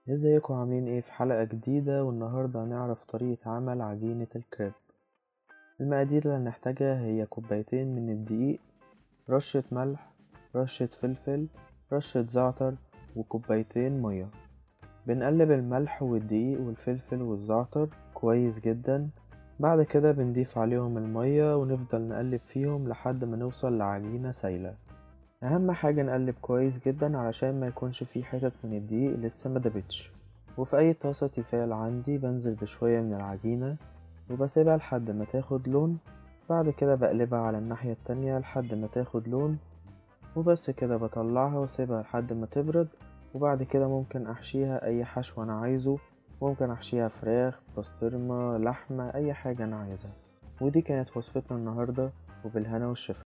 ازيكم عاملين ايه؟ في حلقة جديدة، والنهاردة هنعرف طريقة عمل عجينة الكريب. المقادير اللي هنحتاجها هي كوبايتين من الدقيق، رشة ملح، رشة فلفل، رشة زعتر، وكوبايتين مية. بنقلب الملح والدقيق والفلفل والزعتر كويس جدا. بعد كده بنضيف عليهم المية ونفضل نقلب فيهم لحد ما نوصل لعجينة سايلة. اهم حاجة نقلب كويس جدا علشان ما يكونش فيه حتت من الدقيق لسه ما دابتش. وفي اي طاسة تيفال عندي بنزل بشوية من العجينة وبسيبها لحد ما تاخد لون. بعد كده بقلبها على الناحية التانية لحد ما تاخد لون، وبس كده بطلعها واسيبها لحد ما تبرد. وبعد كده ممكن احشيها اي حشو انا عايزه، ممكن احشيها فراخ، بسطرمة، لحمة، اي حاجة انا عايزها. ودي كانت وصفتنا النهاردة، وبالهنا والشفا.